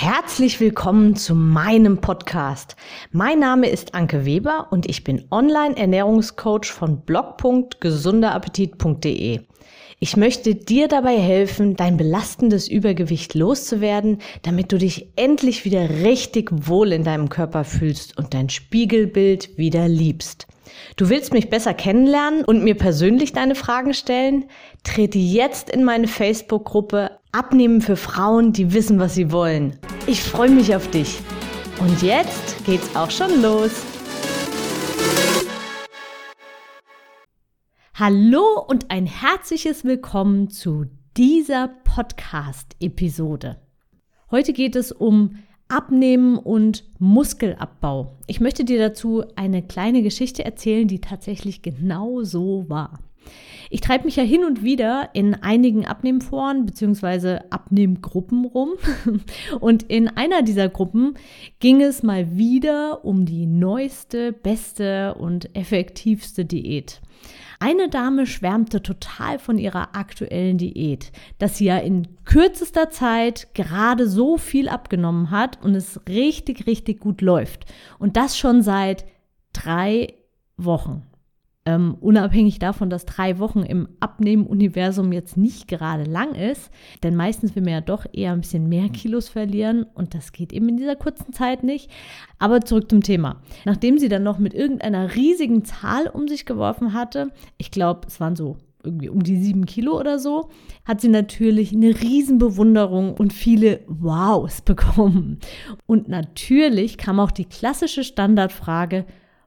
Herzlich willkommen zu meinem Podcast. Mein Name ist Anke Weber und ich bin Online-Ernährungscoach von blog.gesunderappetit.de. Ich möchte dir dabei helfen, dein belastendes Übergewicht loszuwerden, damit du dich endlich wieder richtig wohl in deinem Körper fühlst und dein Spiegelbild wieder liebst. Du willst mich besser kennenlernen und mir persönlich deine Fragen stellen? Trete jetzt in meine Facebook-Gruppe Abnehmen für Frauen, die wissen, was sie wollen. Ich freue mich auf dich. Und jetzt geht's auch schon los. Hallo und ein herzliches Willkommen zu dieser Podcast-Episode. Heute geht es um Abnehmen und Muskelabbau. Ich möchte dir dazu eine kleine Geschichte erzählen, die tatsächlich genau so war. Ich treibe mich ja hin und wieder in einigen Abnehmforen bzw. Abnehmgruppen rum und in einer dieser Gruppen ging es mal wieder um die neueste, beste und effektivste Diät. Eine Dame schwärmte total von ihrer aktuellen Diät, dass sie ja in kürzester Zeit gerade so viel abgenommen hat und es richtig, richtig gut läuft. Und das schon seit 3 Wochen. Unabhängig davon, dass 3 Wochen im Abnehmen-Universum jetzt nicht gerade lang ist, denn meistens will man ja doch eher ein bisschen mehr Kilos verlieren und das geht eben in dieser kurzen Zeit nicht. Aber zurück zum Thema. Nachdem sie dann noch mit irgendeiner riesigen Zahl um sich geworfen hatte, ich glaube, es waren so irgendwie um die 7 Kilo oder so, hat sie natürlich eine Riesenbewunderung und viele Wows bekommen. Und natürlich kam auch die klassische Standardfrage: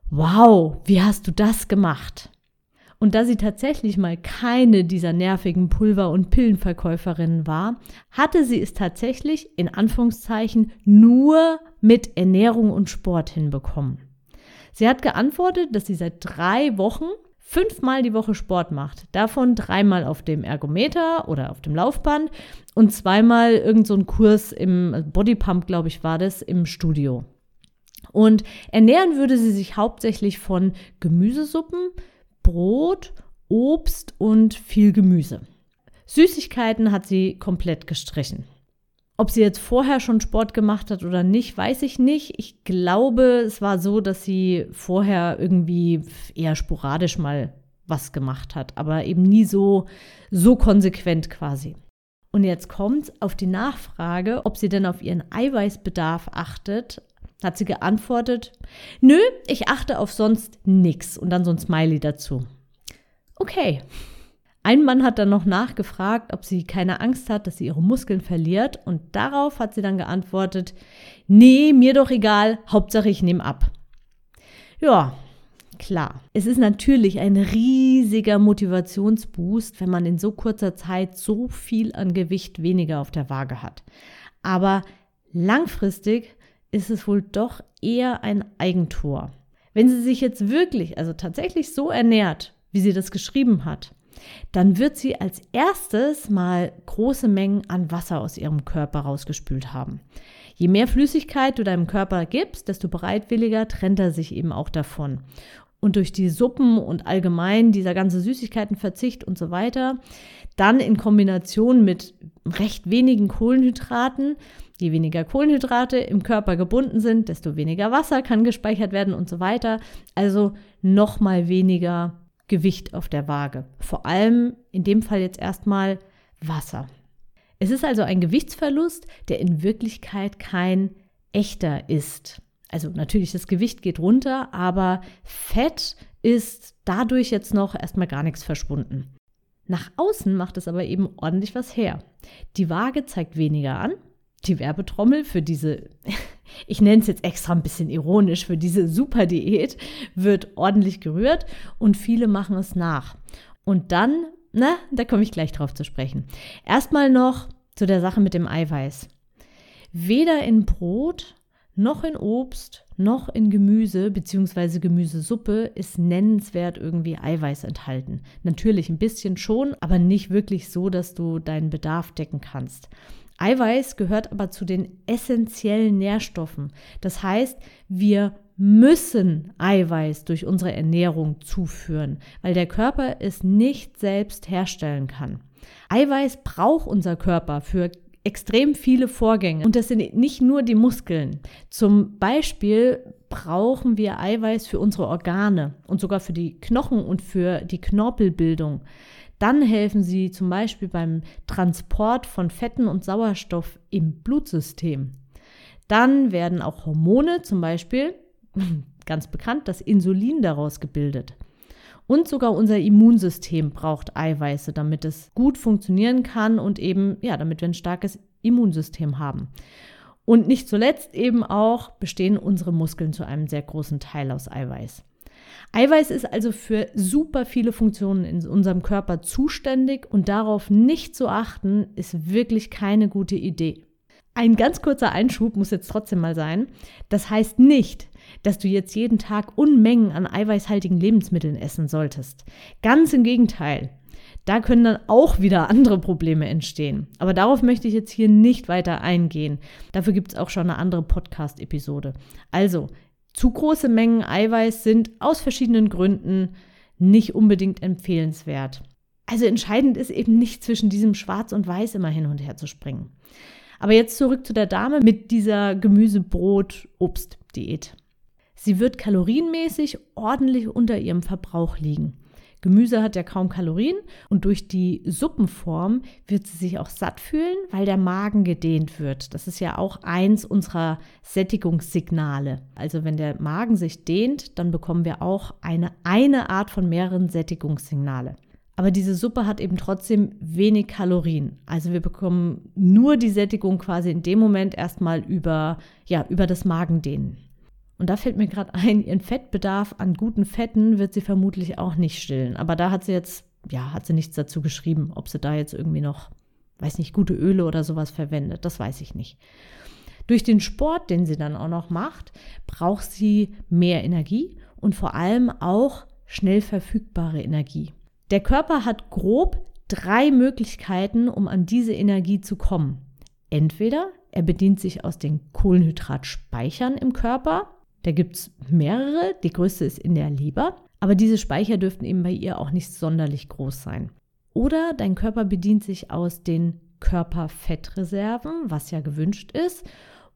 Wow, wie hast du das gemacht? Und da sie tatsächlich mal keine dieser nervigen Pulver- und Pillenverkäuferinnen war, hatte sie es tatsächlich in Anführungszeichen nur mit Ernährung und Sport hinbekommen. Sie hat geantwortet, dass sie seit 3 Wochen 5-mal die Woche Sport macht. Davon 3-mal auf dem Ergometer oder auf dem Laufband und 2-mal irgend so ein Kurs im Bodypump, glaube ich, war das, im Studio. Und ernähren würde sie sich hauptsächlich von Gemüsesuppen, Brot, Obst und viel Gemüse. Süßigkeiten hat sie komplett gestrichen. Ob sie jetzt vorher schon Sport gemacht hat oder nicht, weiß ich nicht. Ich glaube, es war so, dass sie vorher irgendwie eher sporadisch mal was gemacht hat, aber eben nie so konsequent quasi. Und jetzt kommt auf die Nachfrage, ob sie denn auf ihren Eiweißbedarf achtet, hat sie geantwortet: Nö, ich achte auf sonst nix. Und dann so ein Smiley dazu. Okay. Ein Mann hat dann noch nachgefragt, ob sie keine Angst hat, dass sie ihre Muskeln verliert. Und darauf hat sie dann geantwortet: Nee, mir doch egal, Hauptsache ich nehme ab. Ja, klar. Es ist natürlich ein riesiger Motivationsboost, wenn man in so kurzer Zeit so viel an Gewicht weniger auf der Waage hat. Aber langfristig ist es wohl doch eher ein Eigentor. Wenn sie sich jetzt wirklich, also tatsächlich so ernährt, wie sie das geschrieben hat, dann wird sie als erstes mal große Mengen an Wasser aus ihrem Körper rausgespült haben. Je mehr Flüssigkeit du deinem Körper gibst, desto bereitwilliger trennt er sich eben auch davon. Und durch die Suppen und allgemein dieser ganze Süßigkeitenverzicht und so weiter, dann in Kombination mit recht wenigen Kohlenhydraten, je weniger Kohlenhydrate im Körper gebunden sind, desto weniger Wasser kann gespeichert werden und so weiter. Also nochmal weniger Gewicht auf der Waage. Vor allem in dem Fall jetzt erstmal Wasser. Es ist also ein Gewichtsverlust, der in Wirklichkeit kein echter ist. Also natürlich, das Gewicht geht runter, aber Fett ist dadurch jetzt noch erstmal gar nichts verschwunden. Nach außen macht es aber eben ordentlich was her. Die Waage zeigt weniger an. Die Werbetrommel für diese, ich nenne es jetzt extra ein bisschen ironisch, für diese Superdiät wird ordentlich gerührt und viele machen es nach. Und dann, da komme ich gleich drauf zu sprechen. Erstmal noch zu der Sache mit dem Eiweiß. Weder in Brot noch in Obst, noch in Gemüse bzw. Gemüsesuppe ist nennenswert irgendwie Eiweiß enthalten. Natürlich ein bisschen schon, aber nicht wirklich so, dass du deinen Bedarf decken kannst. Eiweiß gehört aber zu den essentiellen Nährstoffen. Das heißt, wir müssen Eiweiß durch unsere Ernährung zuführen, weil der Körper es nicht selbst herstellen kann. Eiweiß braucht unser Körper für extrem viele Vorgänge und das sind nicht nur die Muskeln. Zum Beispiel brauchen wir Eiweiß für unsere Organe und sogar für die Knochen und für die Knorpelbildung. Dann helfen sie zum Beispiel beim Transport von Fetten und Sauerstoff im Blutsystem. Dann werden auch Hormone, zum Beispiel, ganz bekannt, das Insulin daraus gebildet. Und sogar unser Immunsystem braucht Eiweiße, damit es gut funktionieren kann und eben, ja, damit wir ein starkes Immunsystem haben. Und nicht zuletzt eben auch bestehen unsere Muskeln zu einem sehr großen Teil aus Eiweiß. Eiweiß ist also für super viele Funktionen in unserem Körper zuständig und darauf nicht zu achten, ist wirklich keine gute Idee. Ein ganz kurzer Einschub muss jetzt trotzdem mal sein. Das heißt nicht, dass du jetzt jeden Tag Unmengen an eiweißhaltigen Lebensmitteln essen solltest. Ganz im Gegenteil. Da können dann auch wieder andere Probleme entstehen. Aber darauf möchte ich jetzt hier nicht weiter eingehen. Dafür gibt es auch schon eine andere Podcast-Episode. Also, zu große Mengen Eiweiß sind aus verschiedenen Gründen nicht unbedingt empfehlenswert. Also entscheidend ist eben nicht zwischen diesem Schwarz und Weiß immer hin und her zu springen. Aber jetzt zurück zu der Dame mit dieser Gemüse-Brot-Obst-Diät. Sie wird kalorienmäßig ordentlich unter ihrem Verbrauch liegen. Gemüse hat ja kaum Kalorien und durch die Suppenform wird sie sich auch satt fühlen, weil der Magen gedehnt wird. Das ist ja auch eins unserer Sättigungssignale. Also wenn der Magen sich dehnt, dann bekommen wir auch eine Art von mehreren Sättigungssignale. Aber diese Suppe hat eben trotzdem wenig Kalorien. Also wir bekommen nur die Sättigung quasi in dem Moment erstmal über das Magendehnen. Und da fällt mir gerade ein, ihren Fettbedarf an guten Fetten wird sie vermutlich auch nicht stillen. Aber da hat sie nichts dazu geschrieben, ob sie da jetzt irgendwie noch, gute Öle oder sowas verwendet. Das weiß ich nicht. Durch den Sport, den sie dann auch noch macht, braucht sie mehr Energie und vor allem auch schnell verfügbare Energie. Der Körper hat grob 3 Möglichkeiten, um an diese Energie zu kommen. Entweder er bedient sich aus den Kohlenhydratspeichern im Körper. Da gibt es mehrere, die größte ist in der Leber, aber diese Speicher dürften eben bei ihr auch nicht sonderlich groß sein. Oder dein Körper bedient sich aus den Körperfettreserven, was ja gewünscht ist,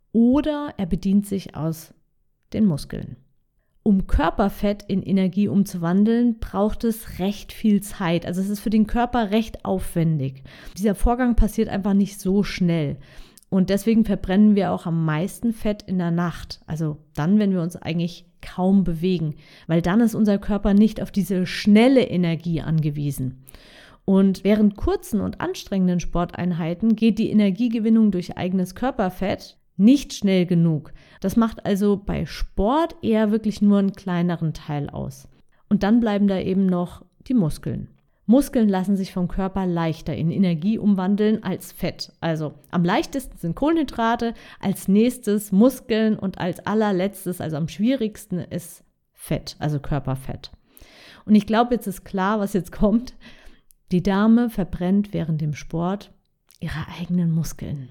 oder er bedient sich aus den Muskeln. Um Körperfett in Energie umzuwandeln, braucht es recht viel Zeit. Also es ist für den Körper recht aufwendig. Dieser Vorgang passiert einfach nicht so schnell. Und deswegen verbrennen wir auch am meisten Fett in der Nacht. Also dann, wenn wir uns eigentlich kaum bewegen. Weil dann ist unser Körper nicht auf diese schnelle Energie angewiesen. Und während kurzen und anstrengenden Sporteinheiten geht die Energiegewinnung durch eigenes Körperfett nicht schnell genug. Das macht also bei Sport eher wirklich nur einen kleineren Teil aus. Und dann bleiben da eben noch die Muskeln. Muskeln lassen sich vom Körper leichter in Energie umwandeln als Fett. Also am leichtesten sind Kohlenhydrate, als nächstes Muskeln und als allerletztes, also am schwierigsten ist Fett, also Körperfett. Und ich glaube, jetzt ist klar, was jetzt kommt. Die Dame verbrennt während dem Sport ihre eigenen Muskeln.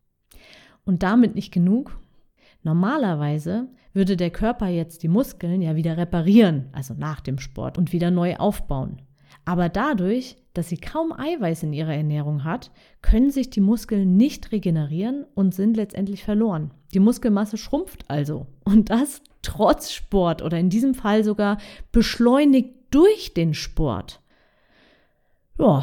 Und damit nicht genug. Normalerweise würde der Körper jetzt die Muskeln ja wieder reparieren, also nach dem Sport und wieder neu aufbauen. Aber dadurch, dass sie kaum Eiweiß in ihrer Ernährung hat, können sich die Muskeln nicht regenerieren und sind letztendlich verloren. Die Muskelmasse schrumpft also. Und das trotz Sport oder in diesem Fall sogar beschleunigt durch den Sport. Ja.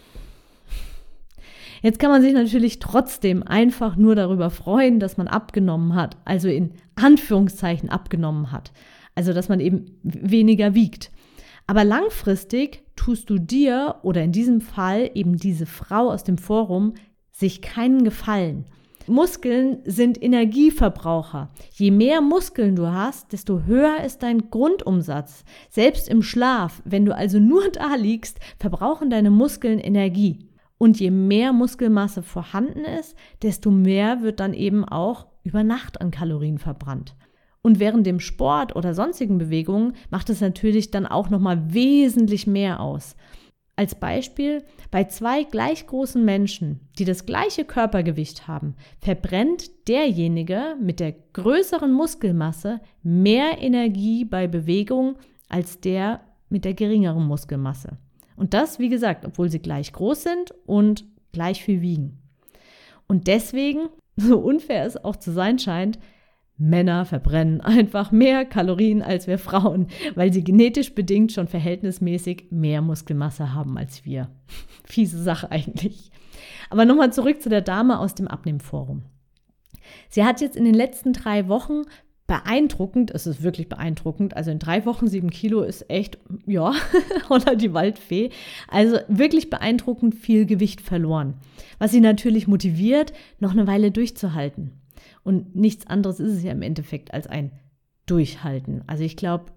Jetzt kann man sich natürlich trotzdem einfach nur darüber freuen, dass man abgenommen hat, also in Anführungszeichen abgenommen hat. Also dass man eben weniger wiegt. Aber langfristig tust du dir oder in diesem Fall eben diese Frau aus dem Forum sich keinen Gefallen. Muskeln sind Energieverbraucher. Je mehr Muskeln du hast, desto höher ist dein Grundumsatz. Selbst im Schlaf, wenn du also nur da liegst, verbrauchen deine Muskeln Energie. Und je mehr Muskelmasse vorhanden ist, desto mehr wird dann eben auch über Nacht an Kalorien verbrannt. Und während dem Sport oder sonstigen Bewegungen macht es natürlich dann auch nochmal wesentlich mehr aus. Als Beispiel, bei 2 gleich großen Menschen, die das gleiche Körpergewicht haben, verbrennt derjenige mit der größeren Muskelmasse mehr Energie bei Bewegung als der mit der geringeren Muskelmasse. Und das, wie gesagt, obwohl sie gleich groß sind und gleich viel wiegen. Und deswegen, so unfair es auch zu sein scheint, Männer verbrennen einfach mehr Kalorien als wir Frauen, weil sie genetisch bedingt schon verhältnismäßig mehr Muskelmasse haben als wir. Fiese Sache eigentlich. Aber nochmal zurück zu der Dame aus dem Abnehmforum. Sie hat jetzt in den letzten 3 Wochen beeindruckend, es ist wirklich beeindruckend, also in 3 Wochen 7 Kilo ist echt, ja, oder die Waldfee, also wirklich beeindruckend viel Gewicht verloren, was sie natürlich motiviert, noch eine Weile durchzuhalten. Und nichts anderes ist es ja im Endeffekt als ein Durchhalten. Also ich glaube,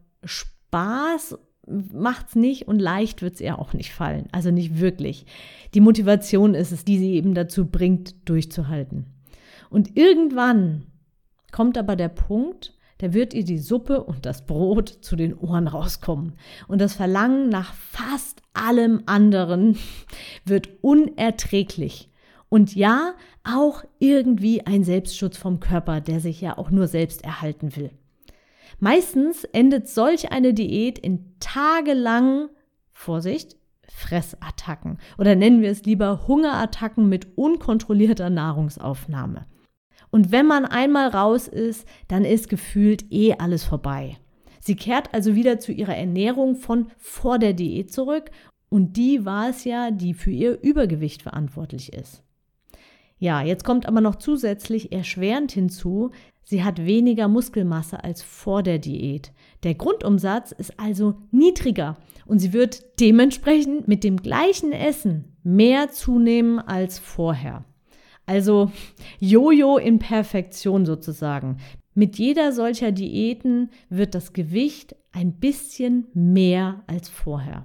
Spaß macht's nicht und leicht wird's ihr auch nicht fallen. Also nicht wirklich. Die Motivation ist es, die sie eben dazu bringt, durchzuhalten. Und irgendwann kommt aber der Punkt, da wird ihr die Suppe und das Brot zu den Ohren rauskommen. Und das Verlangen nach fast allem anderen wird unerträglich. Und ja, auch irgendwie ein Selbstschutz vom Körper, der sich ja auch nur selbst erhalten will. Meistens endet solch eine Diät in tagelangen, Vorsicht, Fressattacken oder nennen wir es lieber Hungerattacken mit unkontrollierter Nahrungsaufnahme. Und wenn man einmal raus ist, dann ist gefühlt alles vorbei. Sie kehrt also wieder zu ihrer Ernährung von vor der Diät zurück und die war es ja, die für ihr Übergewicht verantwortlich ist. Ja, jetzt kommt aber noch zusätzlich erschwerend hinzu, sie hat weniger Muskelmasse als vor der Diät. Der Grundumsatz ist also niedriger und sie wird dementsprechend mit dem gleichen Essen mehr zunehmen als vorher. Also Jojo in Perfektion sozusagen. Mit jeder solcher Diäten wird das Gewicht ein bisschen mehr als vorher.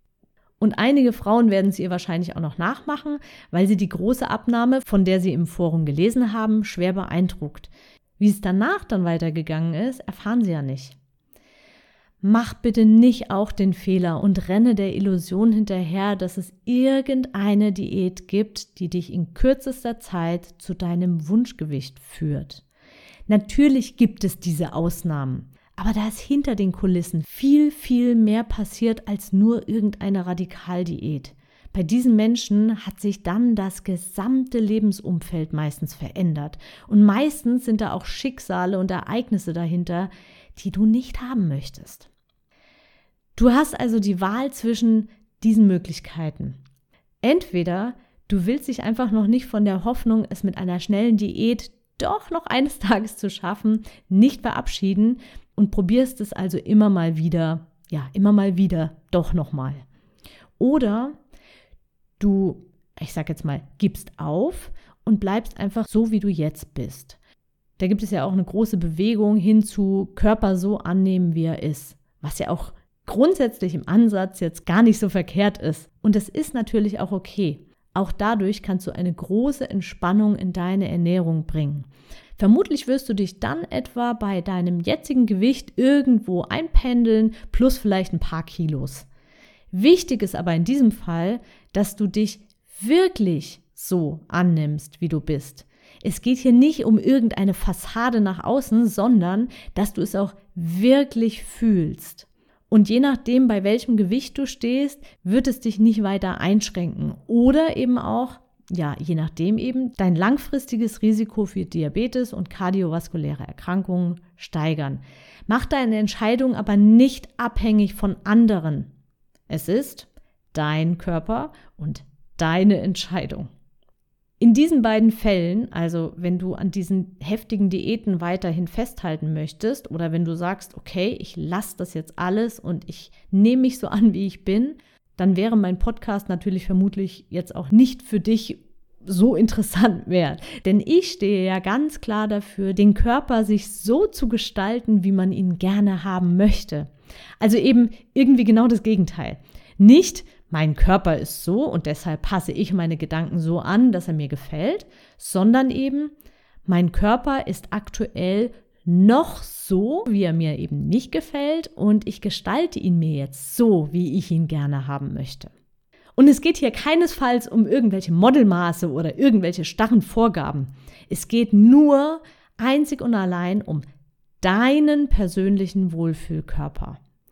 Und einige Frauen werden es ihr wahrscheinlich auch noch nachmachen, weil sie die große Abnahme, von der sie im Forum gelesen haben, schwer beeindruckt. Wie es danach dann weitergegangen ist, erfahren sie ja nicht. Mach bitte nicht auch den Fehler und renne der Illusion hinterher, dass es irgendeine Diät gibt, die dich in kürzester Zeit zu deinem Wunschgewicht führt. Natürlich gibt es diese Ausnahmen. Aber da ist hinter den Kulissen viel, viel mehr passiert als nur irgendeine Radikaldiät. Bei diesen Menschen hat sich dann das gesamte Lebensumfeld meistens verändert. Und meistens sind da auch Schicksale und Ereignisse dahinter, die du nicht haben möchtest. Du hast also die Wahl zwischen diesen Möglichkeiten. Entweder du willst dich einfach noch nicht von der Hoffnung, es mit einer schnellen Diät doch noch eines Tages zu schaffen, nicht verabschieden und probierst es also immer mal wieder, doch nochmal. Oder du, ich sag jetzt mal, gibst auf und bleibst einfach so, wie du jetzt bist. Da gibt es ja auch eine große Bewegung hin zu Körper so annehmen, wie er ist, was ja auch grundsätzlich im Ansatz jetzt gar nicht so verkehrt ist. Und das ist natürlich auch okay. Auch dadurch kannst du eine große Entspannung in deine Ernährung bringen. Vermutlich wirst du dich dann etwa bei deinem jetzigen Gewicht irgendwo einpendeln, plus vielleicht ein paar Kilos. Wichtig ist aber in diesem Fall, dass du dich wirklich so annimmst, wie du bist. Es geht hier nicht um irgendeine Fassade nach außen, sondern dass du es auch wirklich fühlst. Und je nachdem, bei welchem Gewicht du stehst, wird es dich nicht weiter einschränken. Oder eben auch, je nachdem eben, dein langfristiges Risiko für Diabetes und kardiovaskuläre Erkrankungen steigern. Mach deine Entscheidung aber nicht abhängig von anderen. Es ist dein Körper und deine Entscheidung. In diesen beiden Fällen, also wenn du an diesen heftigen Diäten weiterhin festhalten möchtest oder wenn du sagst, okay, ich lasse das jetzt alles und ich nehme mich so an, wie ich bin, dann wäre mein Podcast natürlich vermutlich jetzt auch nicht für dich so interessant wert. Denn ich stehe ja ganz klar dafür, den Körper sich so zu gestalten, wie man ihn gerne haben möchte. Also eben irgendwie genau das Gegenteil. Nicht, mein Körper ist so und deshalb passe ich meine Gedanken so an, dass er mir gefällt, sondern eben, mein Körper ist aktuell noch so, wie er mir eben nicht gefällt und ich gestalte ihn mir jetzt so, wie ich ihn gerne haben möchte. Und es geht hier keinesfalls um irgendwelche Modelmaße oder irgendwelche starren Vorgaben. Es geht nur einzig und allein um deinen persönlichen Wohlfühlkörper.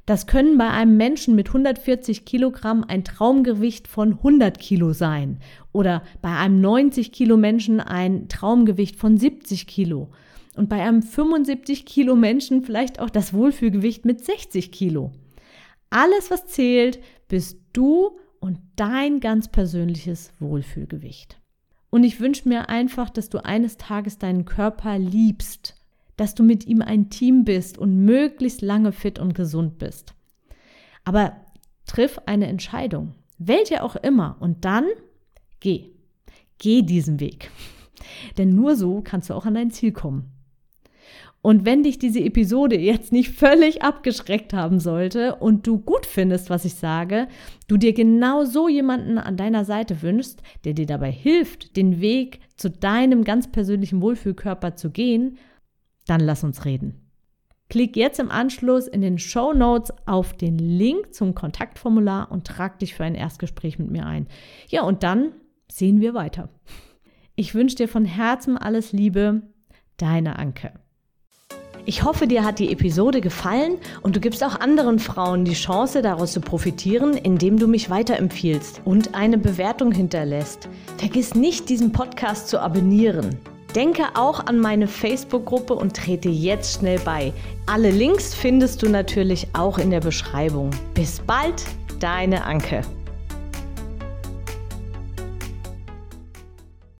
Das können bei einem Menschen mit 140 Kilogramm ein Traumgewicht von 100 Kilo sein oder bei einem 90 Kilo Menschen ein Traumgewicht von 70 Kilo und bei einem 75 Kilo Menschen vielleicht auch das Wohlfühlgewicht mit 60 Kilo. Alles, was zählt, bist du und dein ganz persönliches Wohlfühlgewicht. Und ich wünsche mir einfach, dass du eines Tages deinen Körper liebst, dass du mit ihm ein Team bist und möglichst lange fit und gesund bist. Aber triff eine Entscheidung, welche auch immer, und dann geh diesen Weg. Denn nur so kannst du auch an dein Ziel kommen. Und wenn dich diese Episode jetzt nicht völlig abgeschreckt haben sollte und du gut findest, was ich sage, du dir genau so jemanden an deiner Seite wünschst, der dir dabei hilft, den Weg zu deinem ganz persönlichen Wohlfühlkörper zu gehen, dann lass uns reden. Klick jetzt im Anschluss in den Shownotes auf den Link zum Kontaktformular und trag dich für ein Erstgespräch mit mir ein. Ja, und dann sehen wir weiter. Ich wünsche dir von Herzen alles Liebe, deine Anke. Ich hoffe, dir hat die Episode gefallen und du gibst auch anderen Frauen die Chance, daraus zu profitieren, indem du mich weiterempfiehlst und eine Bewertung hinterlässt. Vergiss nicht, diesen Podcast zu abonnieren. Denke auch an meine Facebook-Gruppe und trete jetzt schnell bei. Alle Links findest du natürlich auch in der Beschreibung. Bis bald, deine Anke.